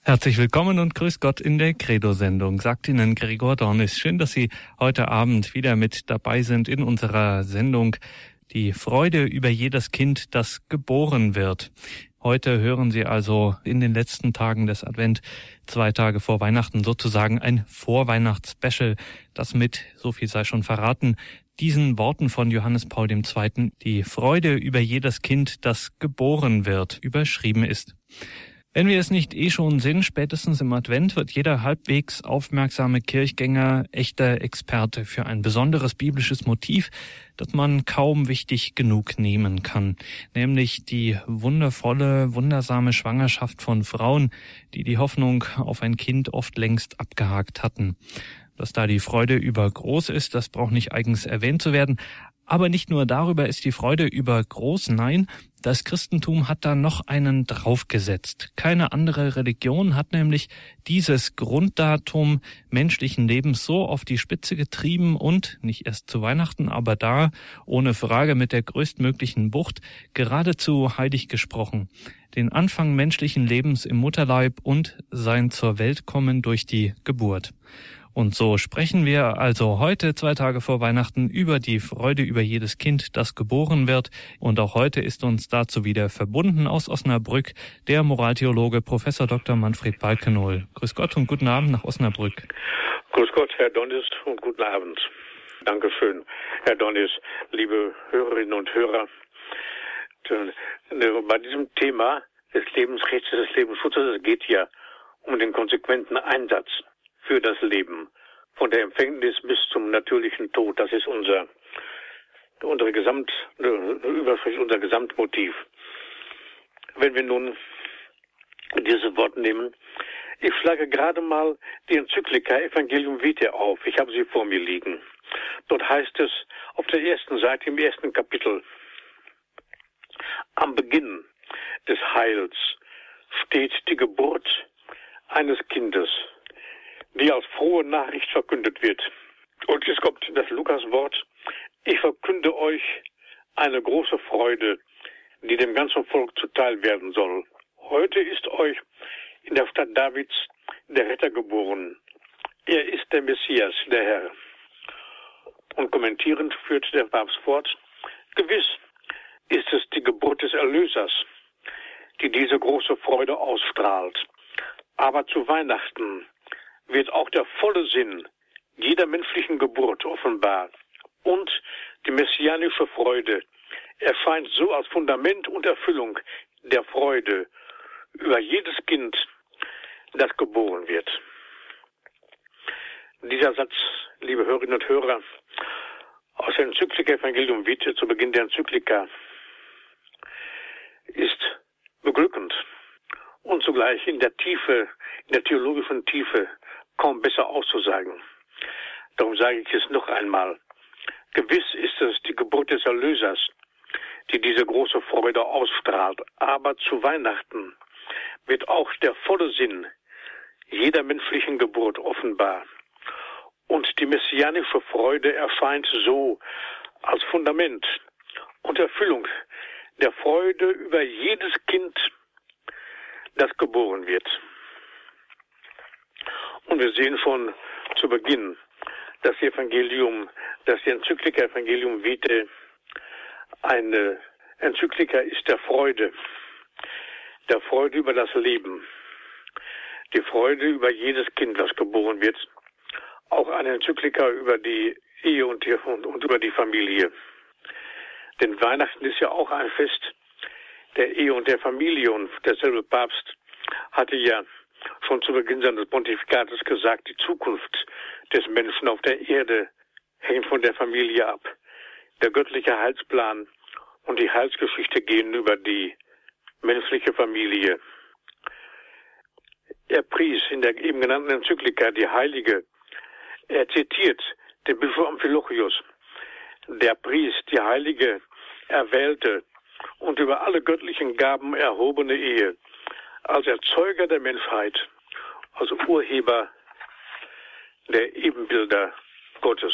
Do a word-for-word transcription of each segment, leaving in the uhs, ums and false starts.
Herzlich willkommen und grüß Gott in der Credo-Sendung, sagt Ihnen Gregor Dornis. Schön, dass Sie heute Abend wieder mit dabei sind in unserer Sendung Die Freude über jedes Kind, das geboren wird. Heute hören Sie also in den letzten Tagen des Advent, zwei Tage vor Weihnachten, sozusagen ein Vorweihnachts-Special, das mit, so viel sei schon verraten, diesen Worten von Johannes Paul der Zweite. Die Freude über jedes Kind, das geboren wird, überschrieben ist. Wenn wir es nicht eh schon sind, spätestens im Advent wird jeder halbwegs aufmerksame Kirchgänger echter Experte für ein besonderes biblisches Motiv, das man kaum wichtig genug nehmen kann, nämlich die wundervolle, wundersame Schwangerschaft von Frauen, die die Hoffnung auf ein Kind oft längst abgehakt hatten. Dass da die Freude über groß ist, das braucht nicht eigens erwähnt zu werden. Aber nicht nur darüber ist die Freude über groß, nein, das Christentum hat da noch einen draufgesetzt. Keine andere Religion hat nämlich dieses Grunddatum menschlichen Lebens so auf die Spitze getrieben und, nicht erst zu Weihnachten, aber da, ohne Frage mit der größtmöglichen Wucht, geradezu heilig gesprochen. Den Anfang menschlichen Lebens im Mutterleib und sein zur Welt kommen durch die Geburt. Und so sprechen wir also heute, zwei Tage vor Weihnachten, über die Freude über jedes Kind, das geboren wird. Und auch heute ist uns dazu wieder verbunden aus Osnabrück der Moraltheologe Professor Doktor Manfred Balkenohl. Grüß Gott und guten Abend nach Osnabrück. Grüß Gott, Herr Dornis, und guten Abend. Dankeschön, Herr Dornis, liebe Hörerinnen und Hörer. Bei diesem Thema des Lebensrechts, des Lebensschutzes, es geht ja um den konsequenten Einsatz für das Leben, von der Empfängnis bis zum natürlichen Tod. Das ist unser, unsere Gesamt, Überschrift, unser Gesamtmotiv. Wenn wir nun dieses Wort nehmen, ich schlage gerade mal die Enzyklika Evangelium Vitae auf. Ich habe sie vor mir liegen. Dort heißt es auf der ersten Seite im ersten Kapitel: Am Beginn des Heils steht die Geburt eines Kindes, die als frohe Nachricht verkündet wird. Und jetzt kommt das Lukas-Wort: Ich verkünde euch eine große Freude, die dem ganzen Volk zuteil werden soll. Heute ist euch in der Stadt Davids der Retter geboren. Er ist der Messias, der Herr. Und kommentierend führt der Papst fort: Gewiss ist es die Geburt des Erlösers, die diese große Freude ausstrahlt. Aber zu Weihnachten wird auch der volle Sinn jeder menschlichen Geburt offenbar. Und die messianische Freude erscheint so als Fundament und Erfüllung der Freude über jedes Kind, das geboren wird. Dieser Satz, liebe Hörerinnen und Hörer, aus der Enzyklika Evangelium Vitae zu Beginn der Enzyklika, ist beglückend und zugleich in der Tiefe, in der theologischen Tiefe kaum besser auszusagen. Darum sage ich es noch einmal. Gewiss ist es die Geburt des Erlösers, die diese große Freude ausstrahlt. Aber zu Weihnachten wird auch der volle Sinn jeder menschlichen Geburt offenbar. Und die messianische Freude erscheint so als Fundament und Erfüllung der Freude über jedes Kind, das geboren wird. Und wir sehen schon zu Beginn, dass das Evangelium, dass die Enzyklika Evangelium Vitae eine Enzyklika ist der Freude, der Freude über das Leben, die Freude über jedes Kind, das geboren wird, auch eine Enzyklika über die Ehe und, die, und, und über die Familie. Denn Weihnachten ist ja auch ein Fest der Ehe und der Familie, und derselbe Papst hatte ja schon zu Beginn seines Pontifikates gesagt, die Zukunft des Menschen auf der Erde hängt von der Familie ab. Der göttliche Heilsplan und die Heilsgeschichte gehen über die menschliche Familie. Er pries in der eben genannten Enzyklika die Heilige, er zitiert den Bischof Amphilochius, der pries die heilige, erwählte und über alle göttlichen Gaben erhobene Ehe als Erzeuger der Menschheit, als Urheber der Ebenbilder Gottes.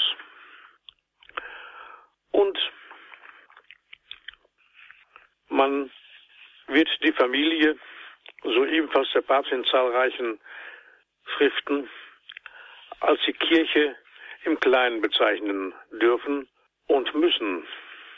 Und man wird die Familie so ebenfalls der Papst in zahlreichen Schriften, als die Kirche im Kleinen bezeichnen dürfen und müssen.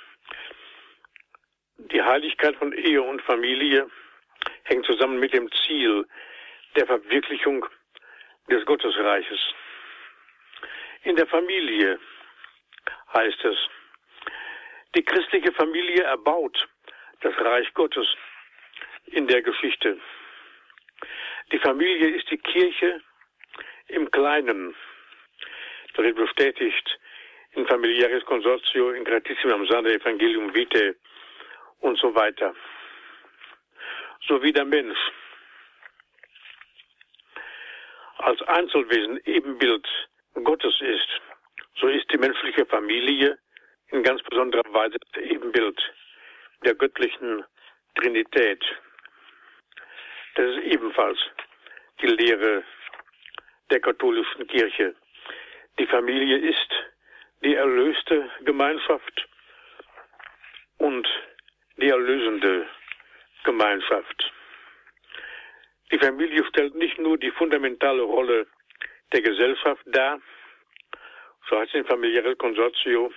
Die Heiligkeit von Ehe und Familie hängt zusammen mit dem Ziel der Verwirklichung des Gottesreiches. In der Familie heißt es, die christliche Familie erbaut das Reich Gottes in der Geschichte. Die Familie ist die Kirche im Kleinen. Das wird bestätigt in Familiaris Consortio, in Gratissimam Sane, Evangelium Vitae und so weiter. So wie der Mensch als Einzelwesen Ebenbild Gottes ist, so ist die menschliche Familie in ganz besonderer Weise das Ebenbild der göttlichen Trinität. Das ist ebenfalls die Lehre der katholischen Kirche. Die Familie ist die erlöste Gemeinschaft und die erlösende Gemeinschaft. Die Familie stellt nicht nur die fundamentale Rolle der Gesellschaft dar, so heißt es in Familiaris Consortio,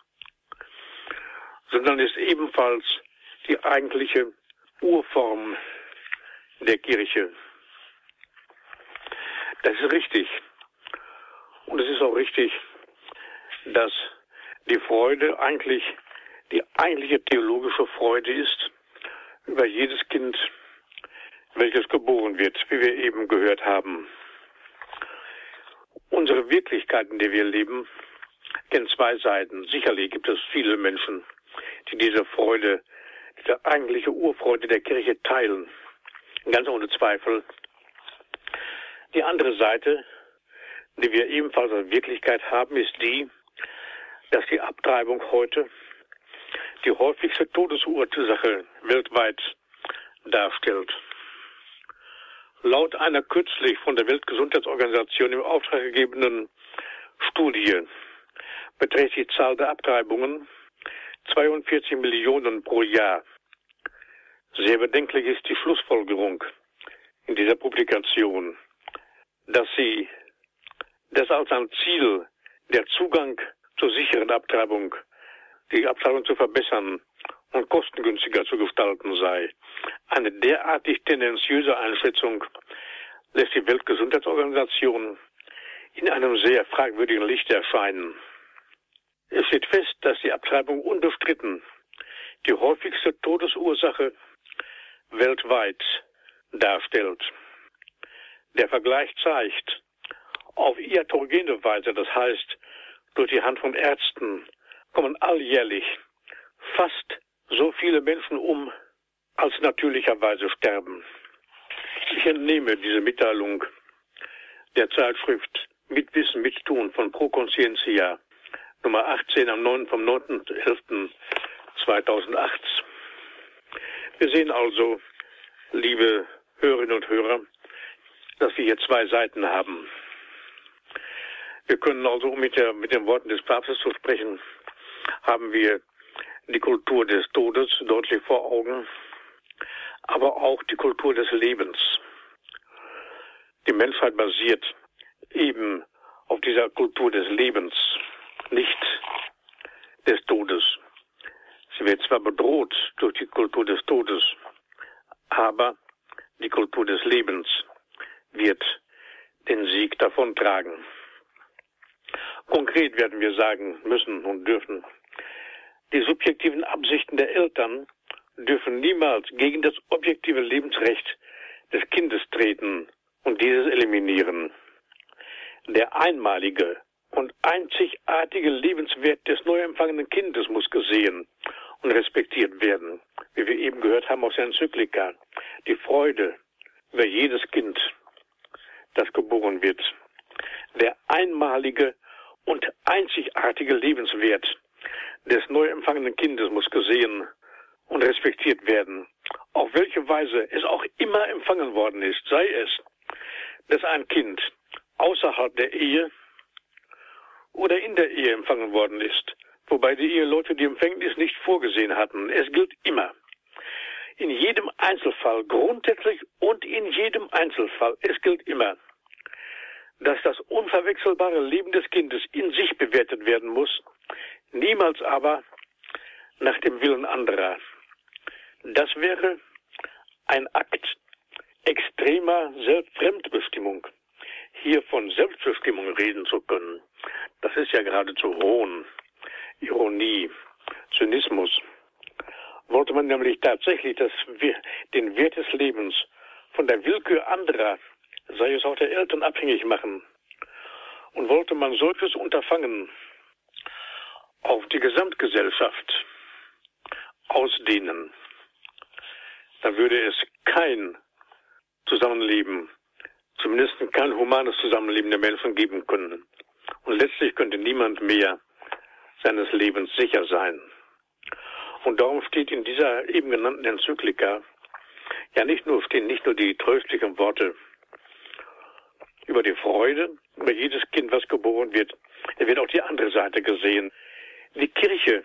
sondern ist ebenfalls die eigentliche Urform der Kirche. Das ist richtig. Und es ist auch richtig, dass die Freude eigentlich die eigentliche theologische Freude ist über jedes Kind, welches geboren wird, wie wir eben gehört haben. Unsere Wirklichkeit, in der wir leben, kennt zwei Seiten. Sicherlich gibt es viele Menschen, die diese Freude, diese eigentliche Urfreude der Kirche teilen. Ganz ohne Zweifel. Die andere Seite, die wir ebenfalls als Wirklichkeit haben, ist die, dass die Abtreibung heute die häufigste Todesursache weltweit darstellt. Laut einer kürzlich von der Weltgesundheitsorganisation im Auftrag gegebenen Studie beträgt die Zahl der Abtreibungen zweiundvierzig Millionen pro Jahr. Sehr bedenklich ist die Schlussfolgerung in dieser Publikation, dass sie das als ein Ziel, der Zugang zur sicheren Abtreibung, die Abtreibung zu verbessern und kostengünstiger zu gestalten sei. Eine derartig tendenziöse Einschätzung lässt die Weltgesundheitsorganisation in einem sehr fragwürdigen Licht erscheinen. Es steht fest, dass die Abtreibung unbestritten die häufigste Todesursache weltweit darstellt. Der Vergleich zeigt, auf iatrogene Weise, das heißt durch die Hand von Ärzten, kommen alljährlich fast so viele Menschen um, als natürlicherweise sterben. Ich entnehme diese Mitteilung der Zeitschrift Mit Wissen, mit Tun von Pro Conscientia, Nummer achtzehn am neunten vom neunten elften zweitausendacht. Wir sehen also, liebe Hörerinnen und Hörer, dass wir hier zwei Seiten haben. Wir können also, um mit, der, mit den Worten des Papstes zu sprechen, haben wir die Kultur des Todes deutlich vor Augen, aber auch die Kultur des Lebens. Die Menschheit basiert eben auf dieser Kultur des Lebens, nicht des Todes. Sie wird zwar bedroht durch die Kultur des Todes, aber die Kultur des Lebens wird den Sieg davontragen. Konkret werden wir sagen müssen und dürfen, die subjektiven Absichten der Eltern dürfen niemals gegen das objektive Lebensrecht des Kindes treten und dieses eliminieren. Der einmalige und einzigartige Lebenswert des neu empfangenen Kindes muss gesehen und respektiert werden, wie wir eben gehört haben aus der Enzyklika. Die Freude über jedes Kind, das geboren wird. Der einmalige und einzigartige Lebenswert des neu empfangenen Kindes muss gesehen und respektiert werden. Auf welche Weise es auch immer empfangen worden ist, sei es, dass ein Kind außerhalb der Ehe oder in der Ehe empfangen worden ist, wobei die Eheleute die Empfängnis nicht vorgesehen hatten. Es gilt immer. in jedem Einzelfall, grundsätzlich und in jedem Einzelfall, es gilt immer, dass das unverwechselbare Leben des Kindes in sich bewertet werden muss, niemals aber nach dem Willen anderer. Das wäre ein Akt extremer Fremdbestimmung. Hier von Selbstbestimmung reden zu können, das ist ja geradezu Hohn, Ironie, Zynismus. Wollte man nämlich tatsächlich das, den Wert des Lebens von der Willkür anderer, sei es auch der Eltern, abhängig machen, und wollte man solches Unterfangen auf die Gesamtgesellschaft ausdehnen, dann würde es kein Zusammenleben, zumindest kein humanes Zusammenleben der Menschen geben können. Und letztlich könnte niemand mehr seines Lebens sicher sein. Und darum steht in dieser eben genannten Enzyklika ja nicht nur, stehen nicht nur die tröstlichen Worte über die Freude, über jedes Kind, was geboren wird, da wird auch die andere Seite gesehen. Die Kirche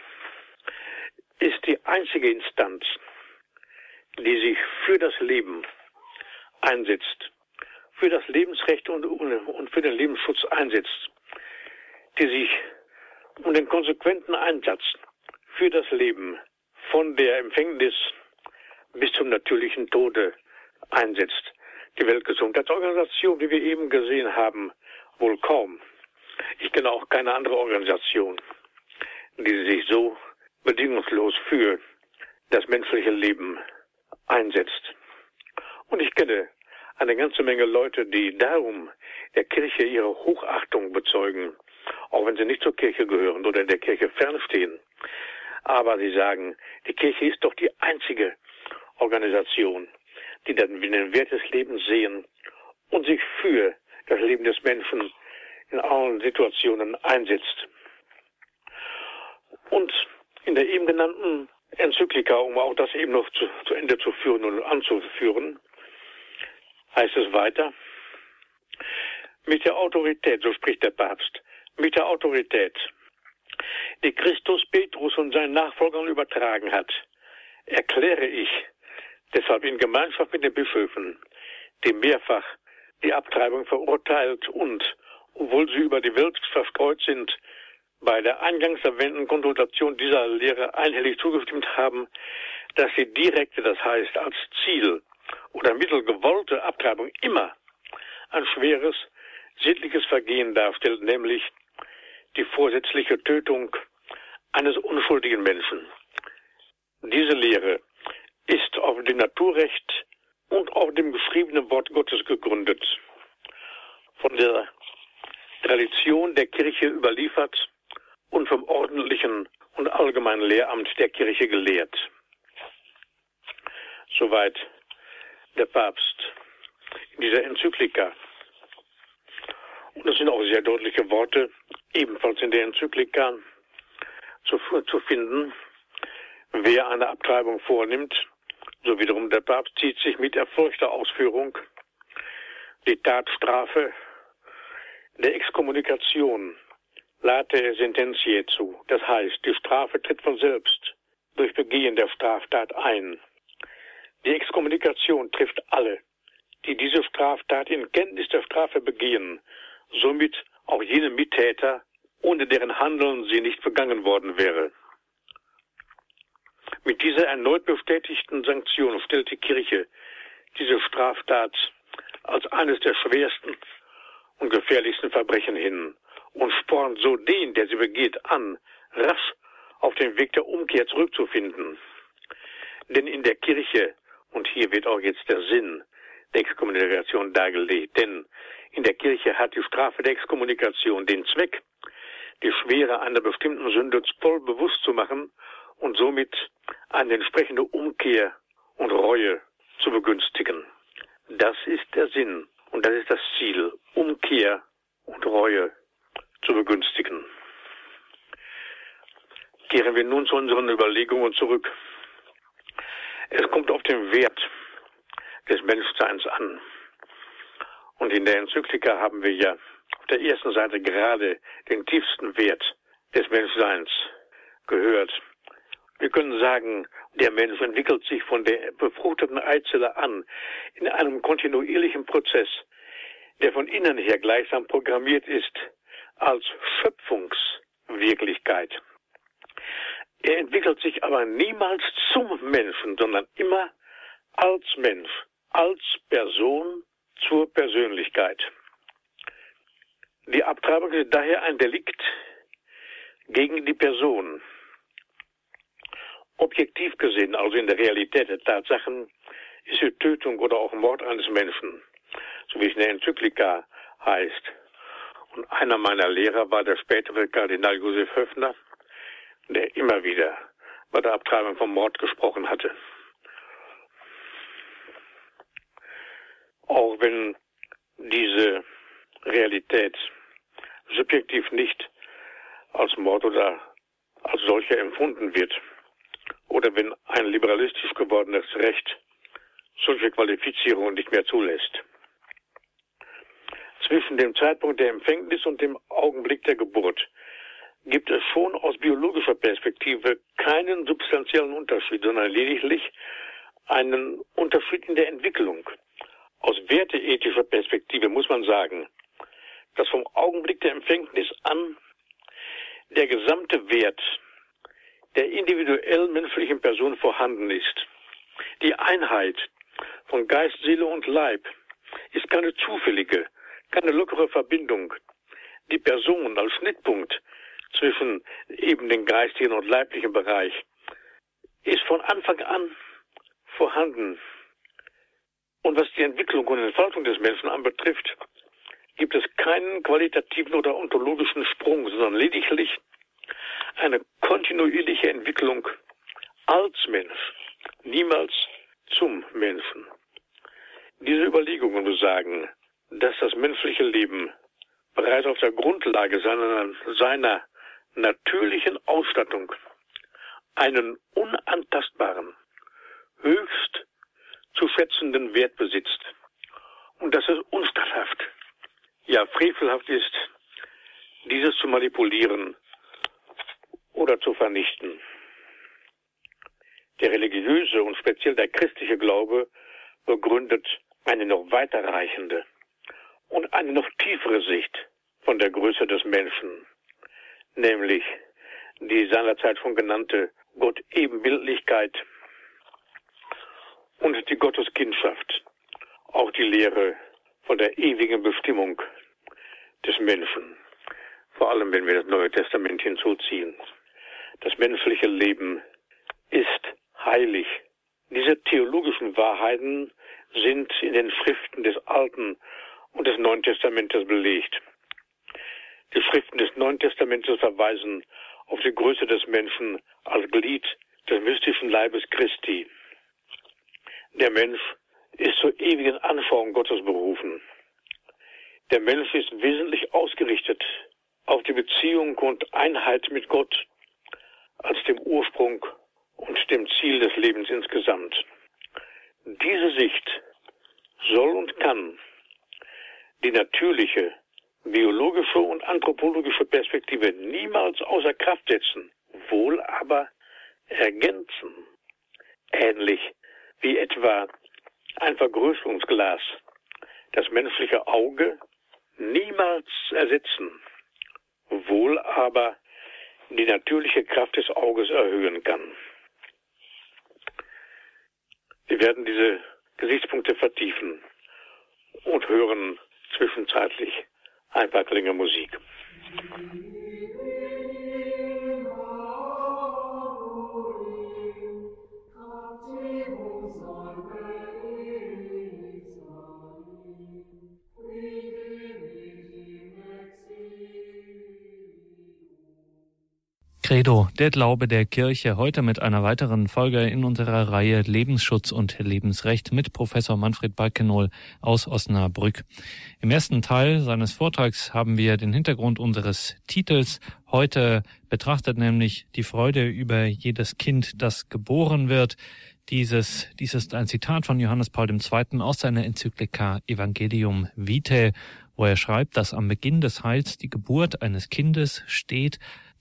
ist die einzige Instanz, die sich für das Leben einsetzt, für das Lebensrecht und, und für den Lebensschutz einsetzt, die sich um den konsequenten Einsatz für das Leben von der Empfängnis bis zum natürlichen Tode einsetzt. Die Weltgesundheitsorganisation, wie wir eben gesehen haben, wohl kaum. Ich kenne auch keine andere Organisation, die sich so bedingungslos für das menschliche Leben einsetzt. Und ich kenne eine ganze Menge Leute, die darum der Kirche ihre Hochachtung bezeugen, auch wenn sie nicht zur Kirche gehören oder in der Kirche fernstehen. Aber sie sagen, die Kirche ist doch die einzige Organisation, die dann den Wert des Lebens sehen und sich für das Leben des Menschen in allen Situationen einsetzt. Und in der eben genannten Enzyklika, um auch das eben noch zu, zu Ende zu führen und anzuführen, heißt es weiter, mit der Autorität, so spricht der Papst, mit der Autorität, die Christus Petrus und seinen Nachfolgern übertragen hat, erkläre ich deshalb in Gemeinschaft mit den Bischöfen, die mehrfach die Abtreibung verurteilt und, obwohl sie über die Welt verstreut sind, bei der eingangs erwähnten Konsultation dieser Lehre einhellig zugestimmt haben, dass die direkte, das heißt als Ziel oder Mittel gewollte Abtreibung immer ein schweres sittliches Vergehen darstellt, nämlich die vorsätzliche Tötung eines unschuldigen Menschen. Diese Lehre ist auf dem Naturrecht und auf dem geschriebenen Wort Gottes gegründet, von der Tradition der Kirche überliefert und vom ordentlichen und allgemeinen Lehramt der Kirche gelehrt. Soweit der Papst in dieser Enzyklika. Und es sind auch sehr deutliche Worte, ebenfalls in der Enzyklika zu, zu finden. Wer eine Abtreibung vornimmt, so wiederum der Papst, zieht sich mit erfolgter Ausführung die Tatstrafe der Exkommunikation, late sententiae zu. Das heißt, die Strafe tritt von selbst durch Begehen der Straftat ein. Die Exkommunikation trifft alle, die diese Straftat in Kenntnis der Strafe begehen, somit auch jene Mittäter, ohne deren Handeln sie nicht begangen worden wäre. Mit dieser erneut bestätigten Sanktion stellt die Kirche diese Straftat als eines der schwersten und gefährlichsten Verbrechen hin und spornt so den, der sie begeht, an, rasch auf den Weg der Umkehr zurückzufinden. Denn in der Kirche, und hier wird auch jetzt der Sinn der Exkommunikation dargelegt, denn in der Kirche hat die Strafe der Exkommunikation den Zweck, die Schwere einer bestimmten Sünde voll bewusst zu machen und somit eine entsprechende Umkehr und Reue zu begünstigen. Das ist der Sinn und das ist das Ziel, Umkehr und Reue zu begünstigen. Kehren wir nun zu unseren Überlegungen zurück. Es kommt auf den Wert des Menschseins an. Und in der Enzyklika haben wir ja auf der ersten Seite gerade den tiefsten Wert des Menschseins gehört. Wir können sagen, Der Mensch entwickelt sich von der befruchteten Eizelle an in einem kontinuierlichen Prozess, der von innen her gleichsam programmiert ist als Schöpfungswirklichkeit. Er entwickelt sich aber niemals zum Menschen, sondern immer als Mensch, als Person zur Persönlichkeit. Die Abtreibung ist daher ein Delikt gegen die Person. Objektiv gesehen, also in der Realität der Tatsachen, ist die Tötung oder auch Mord eines Menschen, so wie es in der Enzyklika heißt. Und einer meiner Lehrer war der spätere Kardinal Josef Höffner, der immer wieder bei der Abtreibung vom Mord gesprochen hatte. Auch wenn diese Realität subjektiv nicht als Mord oder als solcher empfunden wird, oder wenn ein liberalistisch gewordenes Recht solche Qualifizierungen nicht mehr zulässt. Zwischen dem Zeitpunkt der Empfängnis und dem Augenblick der Geburt gibt es schon aus biologischer Perspektive keinen substanziellen Unterschied, sondern lediglich einen Unterschied in der Entwicklung. Aus werteethischer Perspektive muss man sagen, dass vom Augenblick der Empfängnis an der gesamte Wert der individuell menschlichen Person vorhanden ist. Die Einheit von Geist, Seele und Leib ist keine zufällige, keine lockere Verbindung. Die Person als Schnittpunkt zwischen eben dem geistigen und leiblichen Bereich ist von Anfang an vorhanden. Und was die Entwicklung und Entfaltung des Menschen anbetrifft, gibt es keinen qualitativen oder ontologischen Sprung, sondern lediglich eine kontinuierliche Entwicklung als Mensch, niemals zum Menschen. Diese Überlegungen besagen, dass das menschliche Leben bereits auf der Grundlage seiner, seiner natürlichen Ausstattung einen unantastbaren, höchst zu schätzenden Wert besitzt und dass es unstatthaft, ja frevelhaft ist, dieses zu manipulieren oder zu vernichten. Der religiöse und speziell der christliche Glaube begründet eine noch weiterreichende und eine noch tiefere Sicht von der Größe des Menschen, nämlich die seinerzeit schon genannte Gott-Ebenbildlichkeit und die Gotteskindschaft, auch die Lehre von der ewigen Bestimmung des Menschen, vor allem wenn wir das Neue Testament hinzuziehen. Das menschliche Leben ist heilig. Diese theologischen Wahrheiten sind in den Schriften des Alten und des Neuen Testamentes belegt. Die Schriften des Neuen Testamentes verweisen auf die Größe des Menschen als Glied des mystischen Leibes Christi. Der Mensch ist zur ewigen Anschauung Gottes berufen. Der Mensch ist wesentlich ausgerichtet auf die Beziehung und Einheit mit Gott als dem Ursprung und dem Ziel des Lebens insgesamt. Diese Sicht soll und kann die natürliche, biologische und anthropologische Perspektive niemals außer Kraft setzen, wohl aber ergänzen. Ähnlich wie etwa ein Vergrößerungsglas das menschliche Auge niemals ersetzen, wohl aber die natürliche Kraft des Auges erhöhen kann. Wir werden diese Gesichtspunkte vertiefen und hören zwischenzeitlich ein paar Klänge Musik. Credo, der Glaube der Kirche, heute mit einer weiteren Folge in unserer Reihe Lebensschutz und Lebensrecht mit Professor Manfred Balkenohl aus Osnabrück. Im ersten Teil seines Vortrags haben wir den Hintergrund unseres Titels heute betrachtet, nämlich die Freude über jedes Kind, das geboren wird. Dieses, dies ist ein Zitat von Johannes Paul der Zweite aus seiner Enzyklika Evangelium Vitae, wo er schreibt, dass am Beginn des Heils die Geburt eines Kindes steht,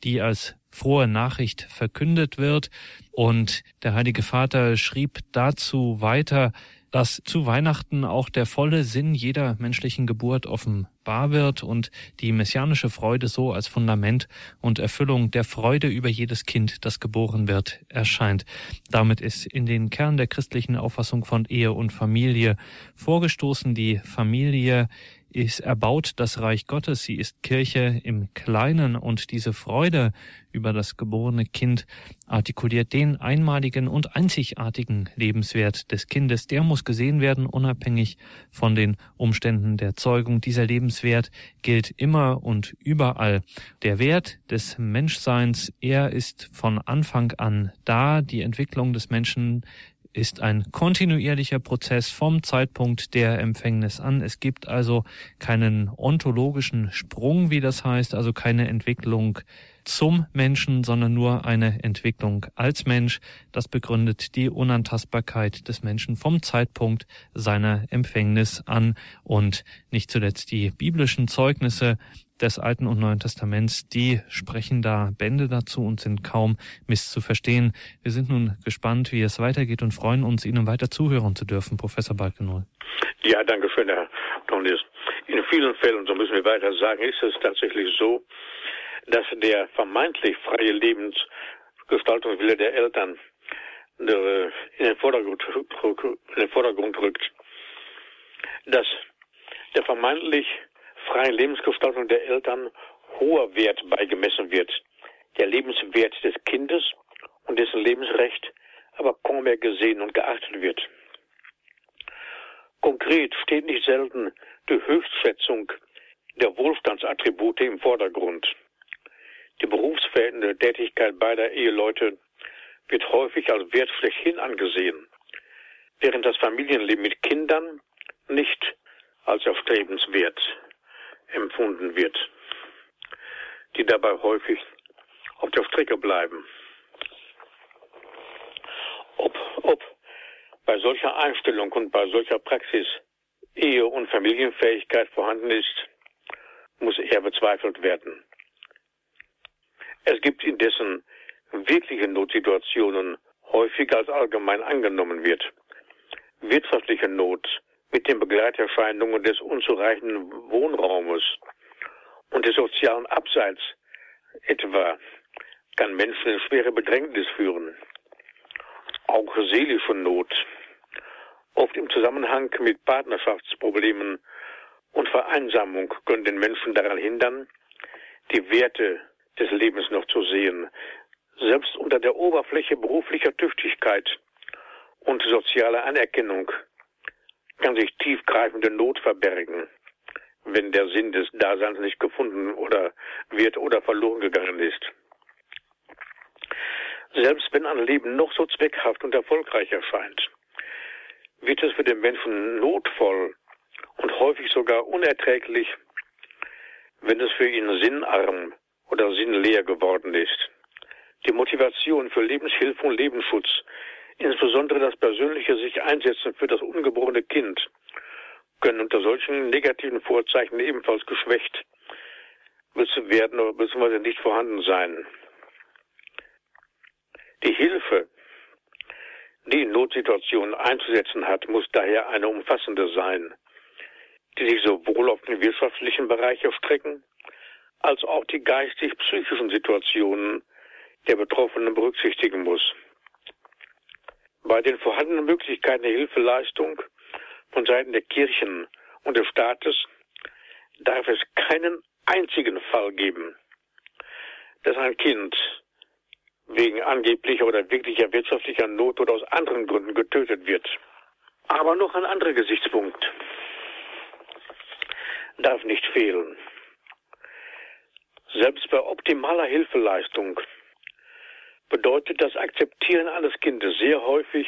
die als frohe Nachricht verkündet wird. Und der Heilige Vater schrieb dazu weiter, dass zu Weihnachten auch der volle Sinn jeder menschlichen Geburt offenbar wird und die messianische Freude so als Fundament und Erfüllung der Freude über jedes Kind, das geboren wird, erscheint. Damit ist in den Kern der christlichen Auffassung von Ehe und Familie vorgestoßen. Die Familie ist erbaut das Reich Gottes, sie ist Kirche im Kleinen, und diese Freude über das geborene Kind artikuliert den einmaligen und einzigartigen Lebenswert des Kindes. Der muss gesehen werden, unabhängig von den Umständen der Zeugung. Dieser Lebenswert gilt immer und überall. Der Wert des Menschseins, er ist von Anfang an da. Die Entwicklung des Menschen ist ein kontinuierlicher Prozess vom Zeitpunkt der Empfängnis an. Es gibt also keinen ontologischen Sprung, wie das heißt, also keine Entwicklung zum Menschen, sondern nur eine Entwicklung als Mensch. Das begründet die Unantastbarkeit des Menschen vom Zeitpunkt seiner Empfängnis an, und nicht zuletzt die biblischen Zeugnisse des Alten und Neuen Testaments, die sprechen da Bände dazu und sind kaum misszuverstehen. Wir sind nun gespannt, wie es weitergeht, und freuen uns, Ihnen weiter zuhören zu dürfen, Professor Balkenohl. Ja, danke schön, Herr Dornis. In vielen Fällen, so müssen wir weiter sagen, ist es tatsächlich so, dass der vermeintlich freie Lebensgestaltungswille der Eltern in den Vordergrund, in den Vordergrund rückt. Dass der vermeintlich freien Lebensgestaltung der Eltern hoher Wert beigemessen wird. Der Lebenswert des Kindes und dessen Lebensrecht aber kaum mehr gesehen und geachtet wird. Konkret steht nicht selten die Höchstschätzung der Wohlstandsattribute im Vordergrund. Die berufsfähige Tätigkeit beider Eheleute wird häufig als Wert schlechthin angesehen, während das Familienleben mit Kindern nicht als erstrebenswert empfunden wird, die dabei häufig auf der Strecke bleiben. Ob, ob bei solcher Einstellung und bei solcher Praxis Ehe- und Familienfähigkeit vorhanden ist, muss eher bezweifelt werden. Es gibt indessen wirkliche Notsituationen, häufig als allgemein angenommen wird. Wirtschaftliche Not mit den Begleiterscheinungen des unzureichenden Wohnraumes und des sozialen Abseits etwa kann Menschen in schwere Bedrängnis führen. Auch seelische Not, oft im Zusammenhang mit Partnerschaftsproblemen und Vereinsamung, können den Menschen daran hindern, die Werte des Lebens noch zu sehen. Selbst unter der Oberfläche beruflicher Tüchtigkeit und sozialer Anerkennung kann sich tiefgreifende Not verbergen, wenn der Sinn des Daseins nicht gefunden oder wird oder verloren gegangen ist. Selbst wenn ein Leben noch so zweckhaft und erfolgreich erscheint, wird es für den Menschen notvoll und häufig sogar unerträglich, wenn es für ihn sinnarm oder sinnleer geworden ist. Die Motivation für Lebenshilfe und Lebensschutz, insbesondere das persönliche sich einsetzen für das ungeborene Kind, können unter solchen negativen Vorzeichen ebenfalls geschwächt werden oder beziehungsweise nicht vorhanden sein. Die Hilfe, die in Notsituationen einzusetzen hat, muss daher eine umfassende sein, die sich sowohl auf den wirtschaftlichen Bereich erstrecken, als auch die geistig-psychischen Situationen der Betroffenen berücksichtigen muss. Bei den vorhandenen Möglichkeiten der Hilfeleistung von Seiten der Kirchen und des Staates darf es keinen einzigen Fall geben, dass ein Kind wegen angeblicher oder wirklicher wirtschaftlicher Not oder aus anderen Gründen getötet wird. Aber noch ein anderer Gesichtspunkt darf nicht fehlen. Selbst bei optimaler Hilfeleistung bedeutet das Akzeptieren eines Kindes sehr häufig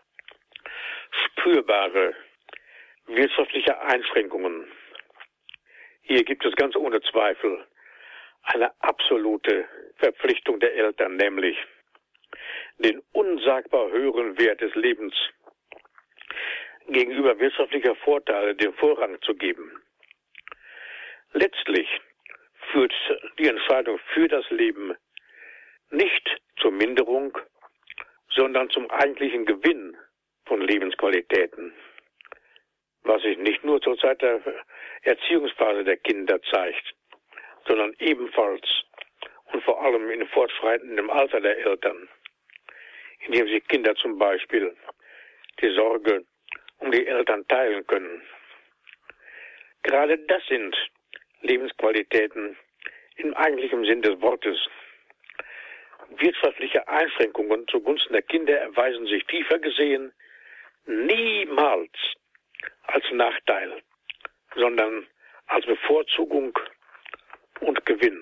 spürbare wirtschaftliche Einschränkungen. Hier gibt es ganz ohne Zweifel eine absolute Verpflichtung der Eltern, nämlich den unsagbar höheren Wert des Lebens gegenüber wirtschaftlicher Vorteile den Vorrang zu geben. Letztlich führt die Entscheidung für das Leben nicht zur Minderung, sondern zum eigentlichen Gewinn von Lebensqualitäten, was sich nicht nur zur Zeit der Erziehungsphase der Kinder zeigt, sondern ebenfalls und vor allem in fortschreitendem Alter der Eltern, indem sich Kinder zum Beispiel die Sorge um die Eltern teilen können. Gerade das sind Lebensqualitäten im eigentlichen Sinn des Wortes. Wirtschaftliche Einschränkungen zugunsten der Kinder erweisen sich tiefer gesehen niemals als Nachteil, sondern als Bevorzugung und Gewinn.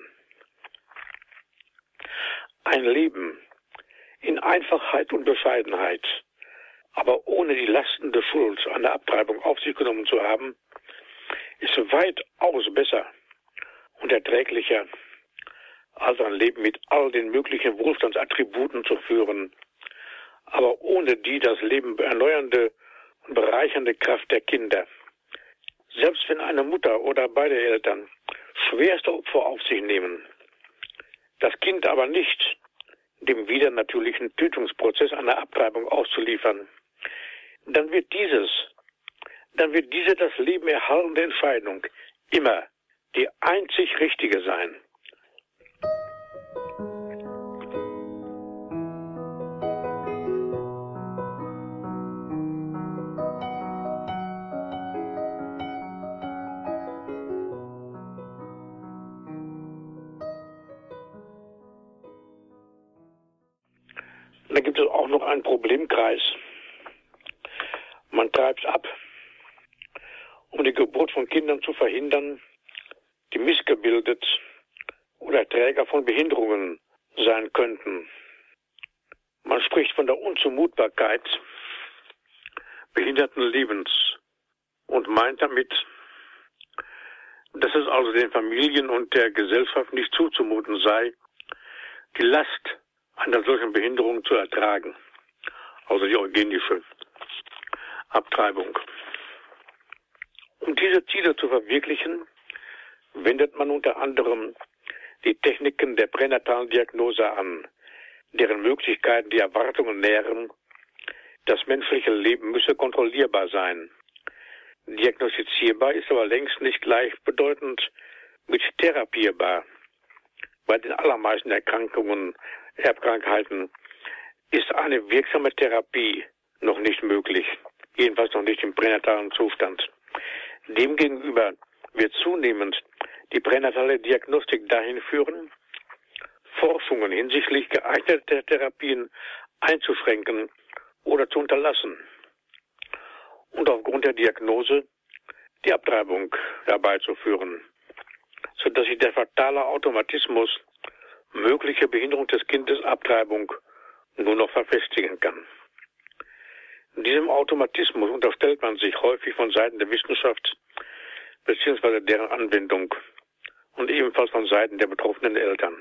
Ein Leben in Einfachheit und Bescheidenheit, aber ohne die Lasten der Schuld an der Abtreibung auf sich genommen zu haben, ist weitaus besser und erträglicher, als ein Leben mit all den möglichen Wohlstandsattributen zu führen, aber ohne die das Leben erneuernde und bereichernde Kraft der Kinder. Selbst wenn eine Mutter oder beide Eltern schwerste Opfer auf sich nehmen, das Kind aber nicht dem widernatürlichen Tötungsprozess einer Abtreibung auszuliefern, dann wird dieses, dann wird diese das Leben erhaltende Entscheidung immer die einzig richtige sein. Da gibt es auch noch einen Problemkreis. Man treibt ab, um die Geburt von Kindern zu verhindern, die missgebildet oder Träger von Behinderungen sein könnten. Man spricht von der Unzumutbarkeit behinderten Lebens und meint damit, dass es also den Familien und der Gesellschaft nicht zuzumuten sei, die Last einer solchen Behinderung zu ertragen, also die eugenische Abtreibung. Um diese Ziele zu verwirklichen, wendet man unter anderem die Techniken der pränatalen Diagnose an, deren Möglichkeiten die Erwartungen nähren, das menschliche Leben müsse kontrollierbar sein. Diagnostizierbar ist aber längst nicht gleichbedeutend mit therapierbar. Bei den allermeisten Erkrankungen, Erbkrankheiten ist eine wirksame Therapie noch nicht möglich, jedenfalls noch nicht im pränatalen Zustand. Demgegenüber wird zunehmend die pränatale Diagnostik dahin führen, Forschungen hinsichtlich geeigneter Therapien einzuschränken oder zu unterlassen und aufgrund der Diagnose die Abtreibung herbeizuführen, sodass sich der fatale Automatismus mögliche Behinderung des Kindes Abtreibung nur noch verfestigen kann. In diesem Automatismus unterstellt man sich häufig von Seiten der Wissenschaft bzw. deren Anwendung und ebenfalls von Seiten der betroffenen Eltern.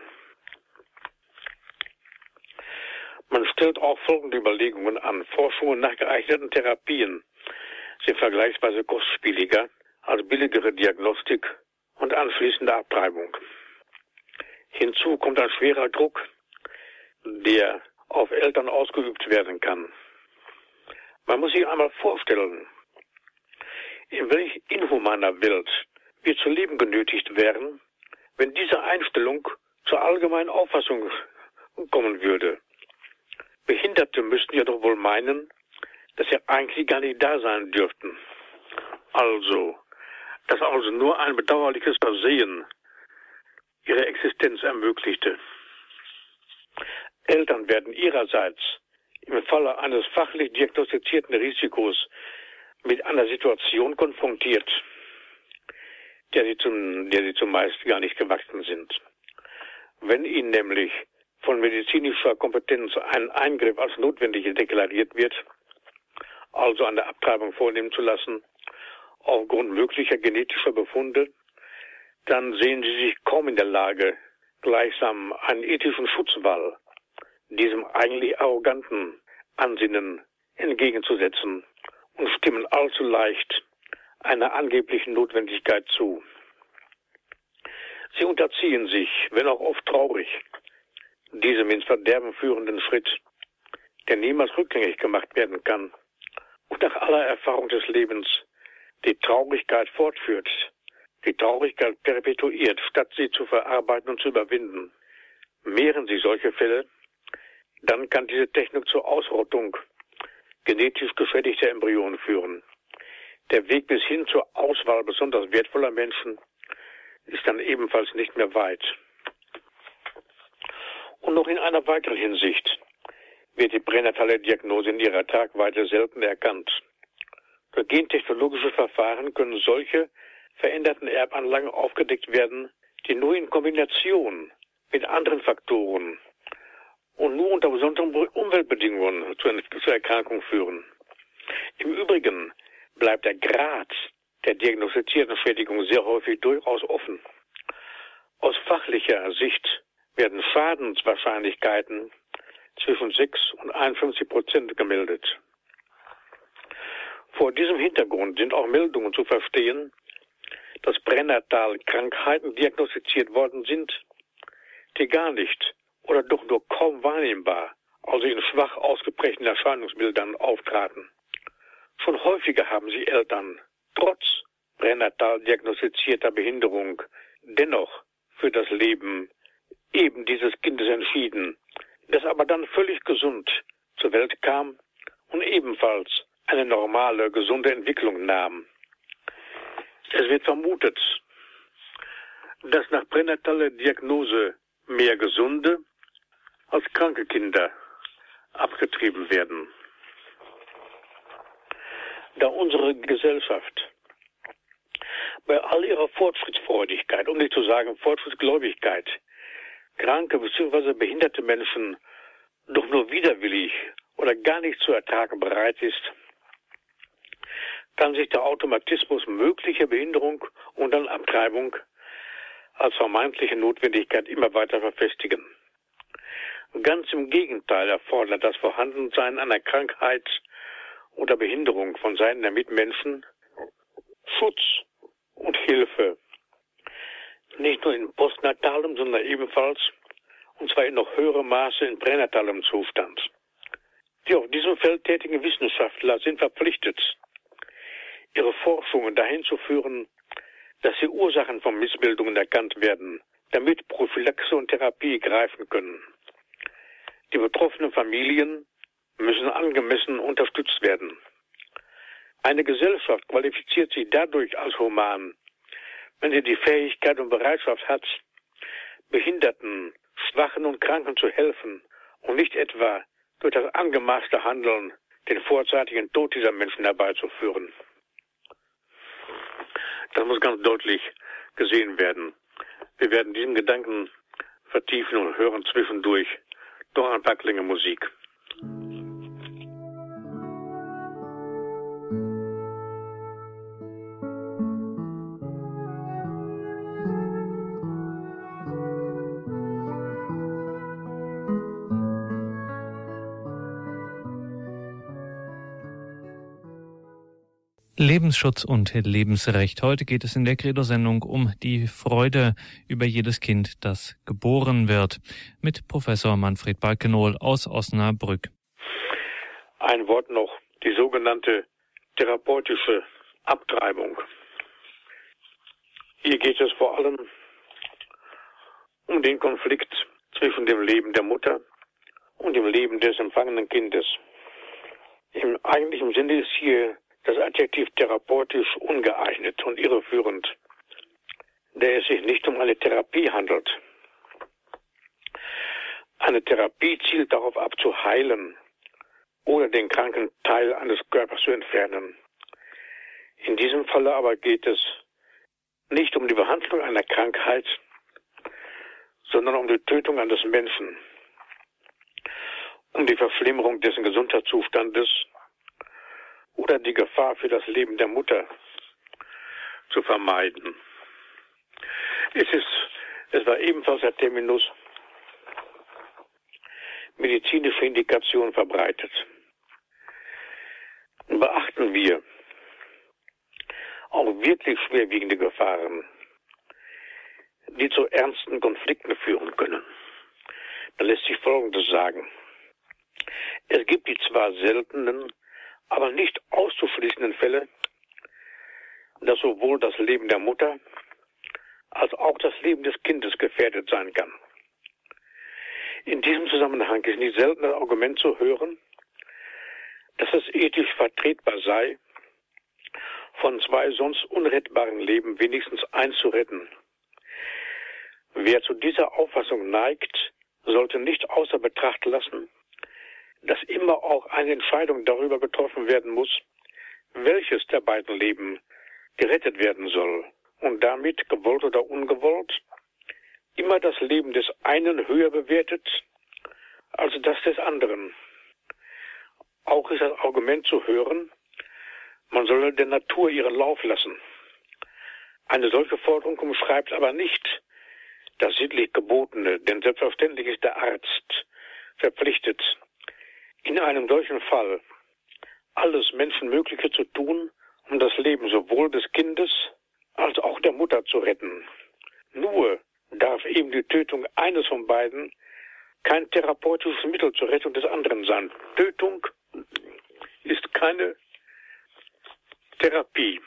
Man stellt auch folgende Überlegungen an. Forschungen nach geeigneten Therapien sind vergleichsweise kostspieliger als billigere Diagnostik und anschließende Abtreibung. Hinzu kommt ein schwerer Druck, der auf Eltern ausgeübt werden kann. Man muss sich einmal vorstellen, in welch inhumaner Welt wir zu leben genötigt wären, wenn diese Einstellung zur allgemeinen Auffassung kommen würde. Behinderte müssten ja doch wohl meinen, dass sie eigentlich gar nicht da sein dürften. Also, dass also nur ein bedauerliches Versehen ihre Existenz ermöglichte. Eltern werden ihrerseits im Falle eines fachlich diagnostizierten Risikos mit einer Situation konfrontiert, der sie, zum, der sie zumeist gar nicht gewachsen sind. Wenn ihnen nämlich von medizinischer Kompetenz ein Eingriff als notwendig deklariert wird, also eine Abtreibung vornehmen zu lassen, aufgrund möglicher genetischer Befunde, dann sehen sie sich kaum in der Lage, gleichsam einen ethischen Schutzwall diesem eigentlich arroganten Ansinnen entgegenzusetzen und stimmen allzu leicht einer angeblichen Notwendigkeit zu. Sie unterziehen sich, wenn auch oft traurig, diesem ins Verderben führenden Schritt, der niemals rückgängig gemacht werden kann und nach aller Erfahrung des Lebens die Traurigkeit fortführt, die Traurigkeit perpetuiert, statt sie zu verarbeiten und zu überwinden. Mehren Sie solche Fälle, dann kann diese Technik zur Ausrottung genetisch geschädigter Embryonen führen. Der Weg bis hin zur Auswahl besonders wertvoller Menschen ist dann ebenfalls nicht mehr weit. Und noch in einer weiteren Hinsicht wird die pränatale Diagnose in ihrer Tragweite selten erkannt. Durch gentechnologische Verfahren können solche veränderten Erbanlagen aufgedeckt werden, die nur in Kombination mit anderen Faktoren und nur unter besonderen Umweltbedingungen zur, zur Erkrankung führen. Im Übrigen bleibt der Grad der diagnostizierten Schädigung sehr häufig durchaus offen. Aus fachlicher Sicht werden Schadenswahrscheinlichkeiten zwischen sechs und einundfünfzig Prozent gemeldet. Vor diesem Hintergrund sind auch Meldungen zu verstehen, dass pränatal Krankheiten diagnostiziert worden sind, die gar nicht oder doch nur kaum wahrnehmbar, also in schwach ausgeprägten Erscheinungsbildern auftraten. Schon häufiger haben sich Eltern, trotz pränatal diagnostizierter Behinderung, dennoch für das Leben eben dieses Kindes entschieden, das aber dann völlig gesund zur Welt kam und ebenfalls eine normale, gesunde Entwicklung nahm. Es wird vermutet, dass nach pränataler Diagnose mehr gesunde als kranke Kinder abgetrieben werden. Da unsere Gesellschaft bei all ihrer Fortschrittsfreudigkeit, um nicht zu sagen Fortschrittsgläubigkeit, kranke bzw. behinderte Menschen doch nur widerwillig oder gar nicht zu ertragen bereit ist, kann sich der Automatismus möglicher Behinderung und dann Abtreibung als vermeintliche Notwendigkeit immer weiter verfestigen. Ganz im Gegenteil erfordert das Vorhandensein einer Krankheit oder Behinderung von Seiten der Mitmenschen Schutz und Hilfe. Nicht nur in postnatalem, sondern ebenfalls, und zwar in noch höherem Maße in pränatalem Zustand. Die auf diesem Feld tätigen Wissenschaftler sind verpflichtet, ihre Forschungen dahin zu führen, dass die Ursachen von Missbildungen erkannt werden, damit Prophylaxe und Therapie greifen können. Die betroffenen Familien müssen angemessen unterstützt werden. Eine Gesellschaft qualifiziert sich dadurch als human, wenn sie die Fähigkeit und Bereitschaft hat, Behinderten, Schwachen und Kranken zu helfen und nicht etwa durch das angemaßte Handeln den vorzeitigen Tod dieser Menschen herbeizuführen. Das muss ganz deutlich gesehen werden. Wir werden diesen Gedanken vertiefen und hören zwischendurch noch ein paar Klänge Musik. Lebensschutz und Lebensrecht. Heute geht es in der Credo-Sendung um die Freude über jedes Kind, das geboren wird, mit Professor Manfred Balkenohl aus Osnabrück. Ein Wort noch, die sogenannte therapeutische Abtreibung. Hier geht es vor allem um den Konflikt zwischen dem Leben der Mutter und dem Leben des empfangenen Kindes. Im eigentlichen Sinne ist hier das Adjektiv therapeutisch ungeeignet und irreführend, da es sich nicht um eine Therapie handelt. Eine Therapie zielt darauf ab, zu heilen oder den kranken Teil eines Körpers zu entfernen. In diesem Falle aber geht es nicht um die Behandlung einer Krankheit, sondern um die Tötung eines Menschen, um die Verschlimmerung dessen Gesundheitszustandes oder die Gefahr für das Leben der Mutter zu vermeiden. Es ist, es war ebenfalls der Terminus medizinische Indikation verbreitet. Beachten wir auch wirklich schwerwiegende Gefahren, die zu ernsten Konflikten führen können. Da lässt sich Folgendes sagen. Es gibt die zwar seltenen, aber nicht auszuschließenden Fälle, dass sowohl das Leben der Mutter als auch das Leben des Kindes gefährdet sein kann. In diesem Zusammenhang ist nicht selten das Argument zu hören, dass es ethisch vertretbar sei, von zwei sonst unrettbaren Leben wenigstens eins zu retten. Wer zu dieser Auffassung neigt, sollte nicht außer Betracht lassen, dass immer auch eine Entscheidung darüber getroffen werden muss, welches der beiden Leben gerettet werden soll und damit, gewollt oder ungewollt, immer das Leben des einen höher bewertet als das des anderen. Auch ist das Argument zu hören, man solle der Natur ihren Lauf lassen. Eine solche Forderung umschreibt aber nicht das sittlich Gebotene, denn selbstverständlich ist der Arzt verpflichtet, in einem solchen Fall alles Menschenmögliche zu tun, um das Leben sowohl des Kindes als auch der Mutter zu retten. Nur darf eben die Tötung eines von beiden kein therapeutisches Mittel zur Rettung des anderen sein. Tötung ist keine Therapie.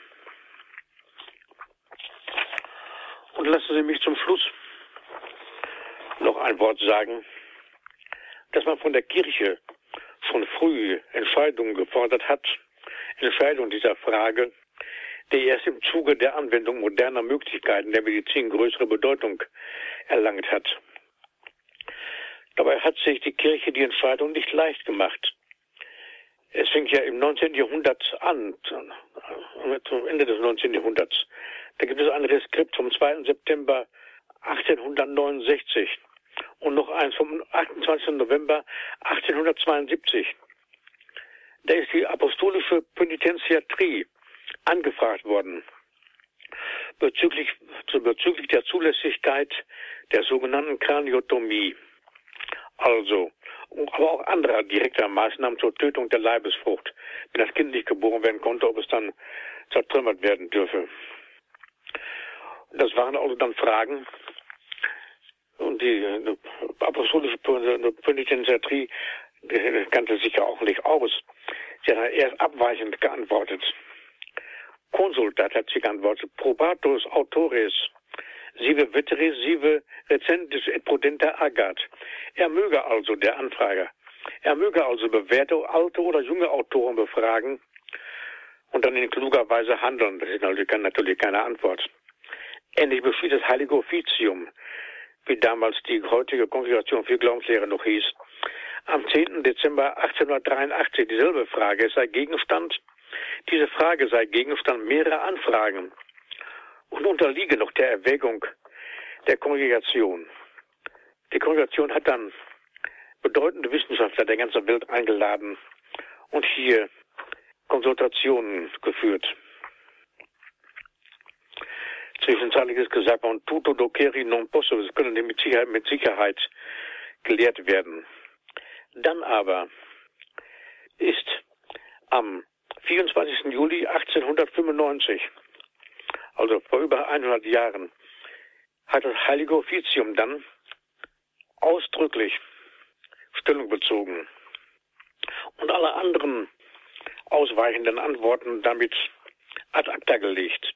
Und lassen Sie mich zum Schluss noch ein Wort sagen, dass man von der Kirche schon früh Entscheidungen gefordert hat, Entscheidungen dieser Frage, die erst im Zuge der Anwendung moderner Möglichkeiten der Medizin größere Bedeutung erlangt hat. Dabei hat sich die Kirche die Entscheidung nicht leicht gemacht. Es fing ja im neunzehnten Jahrhundert an, zum Ende des neunzehnten Jahrhunderts. Da gibt es ein Reskript vom zweiten September achtzehnhundertneunundsechzig und noch eins vom achtundzwanzigsten November achtzehnhundertzweiundsiebzig. Da ist die apostolische Penitentiatrie angefragt worden bezüglich, bezüglich der Zulässigkeit der sogenannten Kraniotomie. Also, aber auch anderer direkter Maßnahmen zur Tötung der Leibesfrucht, wenn das Kind nicht geboren werden konnte, ob es dann zertrümmert werden dürfe. Das waren also dann Fragen, und die apostolische Penitentiatrie kannte sich ja auch nicht aus. Sie hat erst abweichend geantwortet. Consultat hat sie geantwortet, probatus autores, sive veteris, sive recentis et prudenta agat. Er möge also, der Anfrager, er möge also bewährte, alte oder junge Autoren befragen und dann in kluger Weise handeln. Das ist natürlich keine Antwort. Ähnlich besteht das Heilige Offizium, wie damals die heutige Kongregation für Glaubenslehre noch hieß. Am zehnten Dezember achtzehnhundertdreiundachtzig dieselbe Frage. Es sei Gegenstand, diese Frage sei Gegenstand mehrerer Anfragen und unterliege noch der Erwägung der Kongregation. Die Kongregation hat dann bedeutende Wissenschaftler der ganzen Welt eingeladen und hier Konsultationen geführt. Zwischenzeitlich ist gesagt worden, tutto doceri non posso, das können mit Sicherheit, mit Sicherheit gelehrt werden. Dann aber ist am vierundzwanzigsten Juli achtzehnhundertfünfundneunzig, also vor über hundert Jahren, hat das Heilige Offizium dann ausdrücklich Stellung bezogen und alle anderen ausweichenden Antworten damit ad acta gelegt.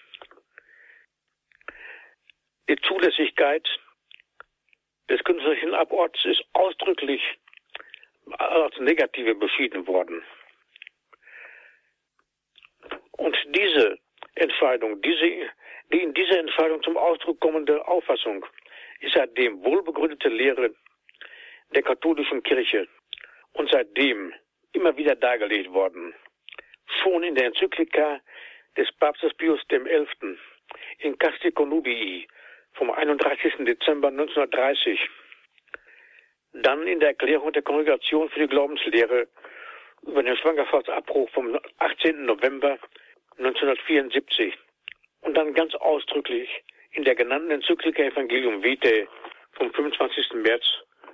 Die Zulässigkeit des künstlerischen Aborts ist ausdrücklich als Negative beschieden worden. Und diese Entscheidung, diese, die in dieser Entscheidung zum Ausdruck kommende Auffassung ist seitdem wohlbegründete Lehre der katholischen Kirche und seitdem immer wieder dargelegt worden. Schon in der Enzyklika des Papstes Pius der Elfte in Casti Connubii vom einunddreißigsten Dezember neunzehnhundertdreißig, dann in der Erklärung der Kongregation für die Glaubenslehre über den Schwangerschaftsabbruch vom achtzehnten November neunzehnhundertvierundsiebzig und dann ganz ausdrücklich in der genannten Enzyklika Evangelium Vitae vom fünfundzwanzigsten März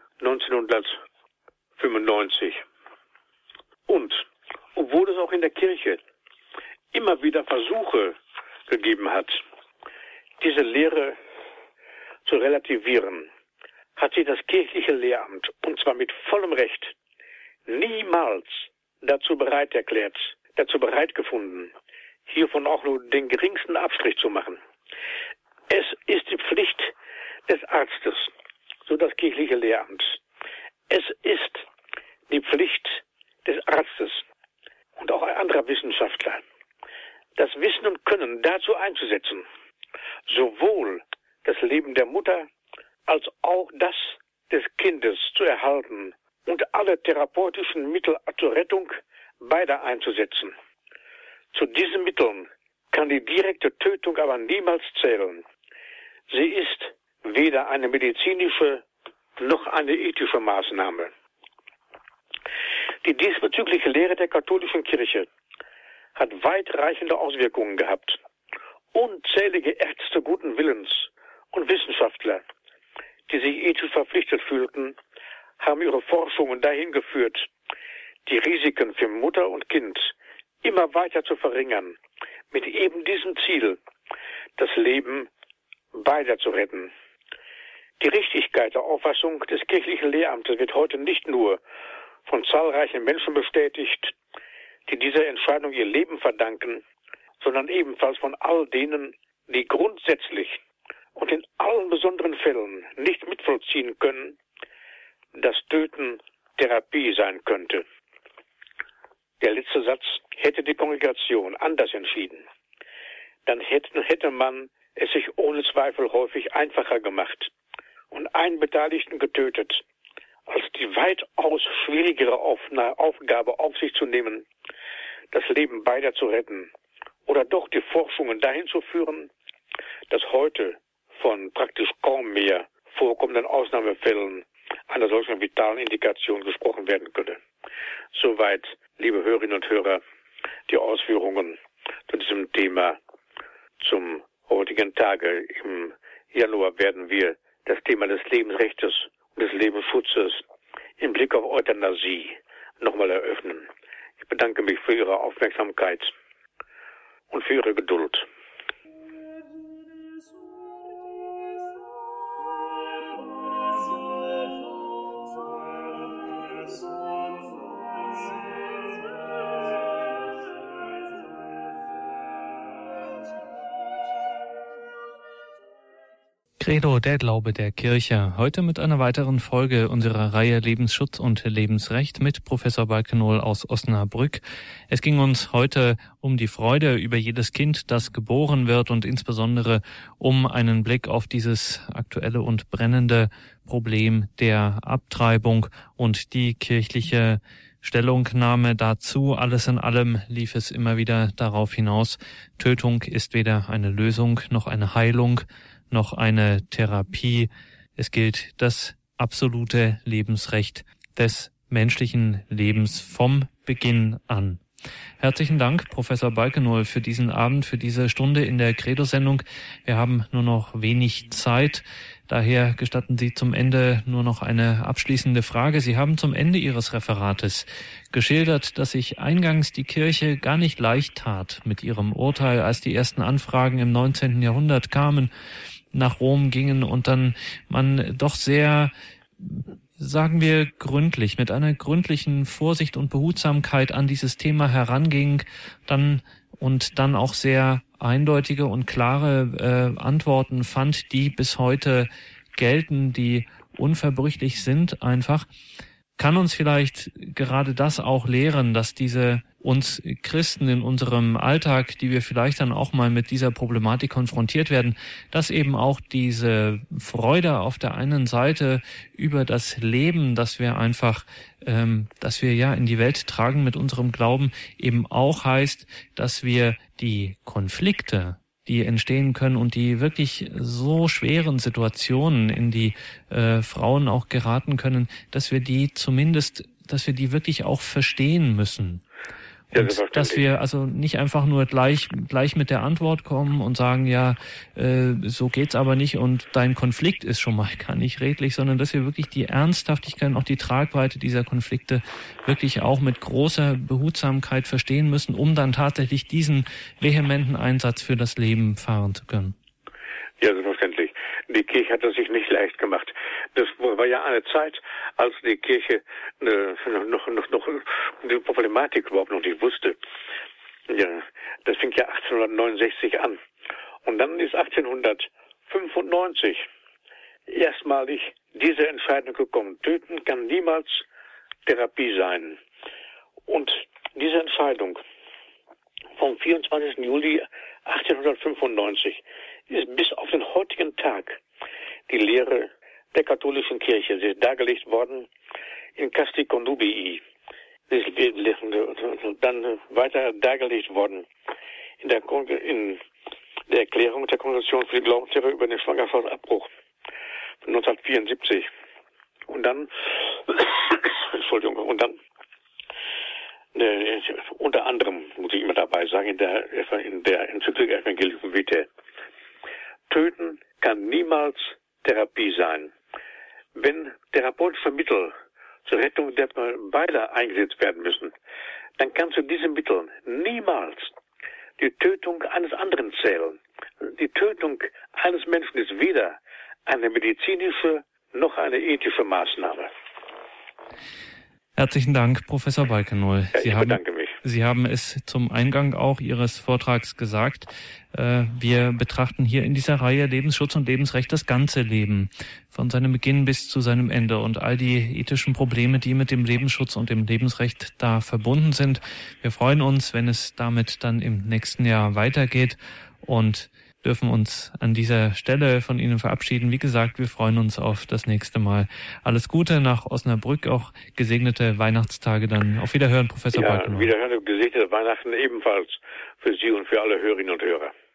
neunzehnhundertfünfundneunzig. Und obwohl es auch in der Kirche immer wieder Versuche gegeben hat, diese Lehre zu relativieren, hat sich das kirchliche Lehramt, und zwar mit vollem Recht, niemals dazu bereit erklärt, dazu bereit gefunden, hiervon auch nur den geringsten Abstrich zu machen. Es ist die Pflicht des Arztes, so das kirchliche Lehramt. Es ist die Pflicht des Arztes und auch anderer Wissenschaftler, das Wissen und Können dazu einzusetzen, sowohl das Leben der Mutter als auch das des Kindes zu erhalten und alle therapeutischen Mittel zur Rettung beider einzusetzen. Zu diesen Mitteln kann die direkte Tötung aber niemals zählen. Sie ist weder eine medizinische noch eine ethische Maßnahme. Die diesbezügliche Lehre der katholischen Kirche hat weitreichende Auswirkungen gehabt. Unzählige Ärzte guten Willens und Wissenschaftler, die sich ethisch verpflichtet fühlten, haben ihre Forschungen dahin geführt, die Risiken für Mutter und Kind immer weiter zu verringern, mit eben diesem Ziel, das Leben beider zu retten. Die Richtigkeit der Auffassung des kirchlichen Lehramtes wird heute nicht nur von zahlreichen Menschen bestätigt, die dieser Entscheidung ihr Leben verdanken, sondern ebenfalls von all denen, die grundsätzlich und in allen besonderen Fällen nicht mitvollziehen können, dass Töten Therapie sein könnte. Der letzte Satz: hätte die Kongregation anders entschieden, dann hätte, hätte man es sich ohne Zweifel häufig einfacher gemacht und einen Beteiligten getötet, als die weitaus schwierigere Aufgabe auf sich zu nehmen, das Leben beider zu retten oder doch die Forschungen dahin zu führen, dass heute von praktisch kaum mehr vorkommenden Ausnahmefällen einer solchen vitalen Indikation gesprochen werden könne. Soweit, liebe Hörerinnen und Hörer, die Ausführungen zu diesem Thema. Zum heutigen Tage im Januar werden wir das Thema des Lebensrechts und des Lebensschutzes im Blick auf Euthanasie nochmal eröffnen. Ich bedanke mich für Ihre Aufmerksamkeit und für Ihre Geduld. Credo, der Glaube der Kirche. Heute mit einer weiteren Folge unserer Reihe Lebensschutz und Lebensrecht mit Professor Balkenohl aus Osnabrück. Es ging uns heute um die Freude über jedes Kind, das geboren wird, und insbesondere um einen Blick auf dieses aktuelle und brennende Problem der Abtreibung und die kirchliche Stellungnahme dazu. Alles in allem lief es immer wieder darauf hinaus: Tötung ist weder eine Lösung noch eine Heilung noch eine Therapie. Es gilt das absolute Lebensrecht des menschlichen Lebens vom Beginn an. Herzlichen Dank, Professor Balkenohl, für diesen Abend, für diese Stunde in der Credo-Sendung. Wir haben nur noch wenig Zeit. Daher gestatten Sie zum Ende nur noch eine abschließende Frage. Sie haben zum Ende Ihres Referates geschildert, dass sich eingangs die Kirche gar nicht leicht tat mit ihrem Urteil, als die ersten Anfragen im neunzehnten Jahrhundert kamen, nach Rom gingen und dann man doch sehr, sagen wir, gründlich, mit einer gründlichen Vorsicht und Behutsamkeit an dieses Thema heranging, dann und dann auch sehr eindeutige und klare äh, Antworten fand, die bis heute gelten, die unverbrüchlich sind einfach. Kann uns vielleicht gerade das auch lehren, dass diese uns Christen in unserem Alltag, die wir vielleicht dann auch mal mit dieser Problematik konfrontiert werden, dass eben auch diese Freude auf der einen Seite über das Leben, das wir einfach, ähm, dass wir ja in die Welt tragen mit unserem Glauben, eben auch heißt, dass wir die Konflikte, die entstehen können und die wirklich so schweren Situationen, in die äh, Frauen auch geraten können, dass wir die zumindest, dass wir die wirklich auch verstehen müssen. Und ja, dass wir also nicht einfach nur gleich gleich mit der Antwort kommen und sagen, ja, äh, so geht's aber nicht und dein Konflikt ist schon mal gar nicht redlich, sondern dass wir wirklich die Ernsthaftigkeit und auch die Tragweite dieser Konflikte wirklich auch mit großer Behutsamkeit verstehen müssen, um dann tatsächlich diesen vehementen Einsatz für das Leben fahren zu können. Ja, selbstverständlich. Die Kirche hat es sich nicht leicht gemacht. Das war ja eine Zeit, als die Kirche äh, noch, noch, noch die Problematik überhaupt noch nicht wusste. Ja, das fing ja achtzehnhundertneunundsechzig an. Und dann ist achtzehnhundertfünfundneunzig erstmalig diese Entscheidung gekommen. Töten kann niemals Therapie sein. Und diese Entscheidung vom vierundzwanzigsten Juli achtzehnhundertfünfundneunzig ist bis auf den heutigen Tag die Lehre der katholischen Kirche. Sie ist dargelegt worden in Casti Connubii. Sie ist dann weiter dargelegt worden in der, in der Erklärung der Kongregation für die Glaubenslehre über den Schwangerschaftsabbruch von neunzehnhundertvierundsiebzig. Und dann, Entschuldigung, und dann äh, unter anderem, muss ich immer dabei sagen, in der, in der Enzyklik Evangelium Vitae. Töten kann niemals Therapie sein. Wenn therapeutische Mittel zur Rettung der beider eingesetzt werden müssen, dann kann zu diesen Mitteln niemals die Tötung eines anderen zählen. Die Tötung eines Menschen ist weder eine medizinische noch eine ethische Maßnahme. Herzlichen Dank, Professor Balkenohl. Ja, Sie ich haben, bedanke mich. Sie haben es zum Eingang auch Ihres Vortrags gesagt. Äh, wir betrachten hier in dieser Reihe Lebensschutz und Lebensrecht das ganze Leben, von seinem Beginn bis zu seinem Ende und all die ethischen Probleme, die mit dem Lebensschutz und dem Lebensrecht da verbunden sind. Wir freuen uns, wenn es damit dann im nächsten Jahr weitergeht und dürfen uns an dieser Stelle von Ihnen verabschieden. Wie gesagt, wir freuen uns auf das nächste Mal. Alles Gute nach Osnabrück, auch gesegnete Weihnachtstage dann. Auf Wiederhören, Professor Ja, Balkenohl. Wiederhören, gesegnete Weihnachten ebenfalls für Sie und für alle Hörerinnen und Hörer.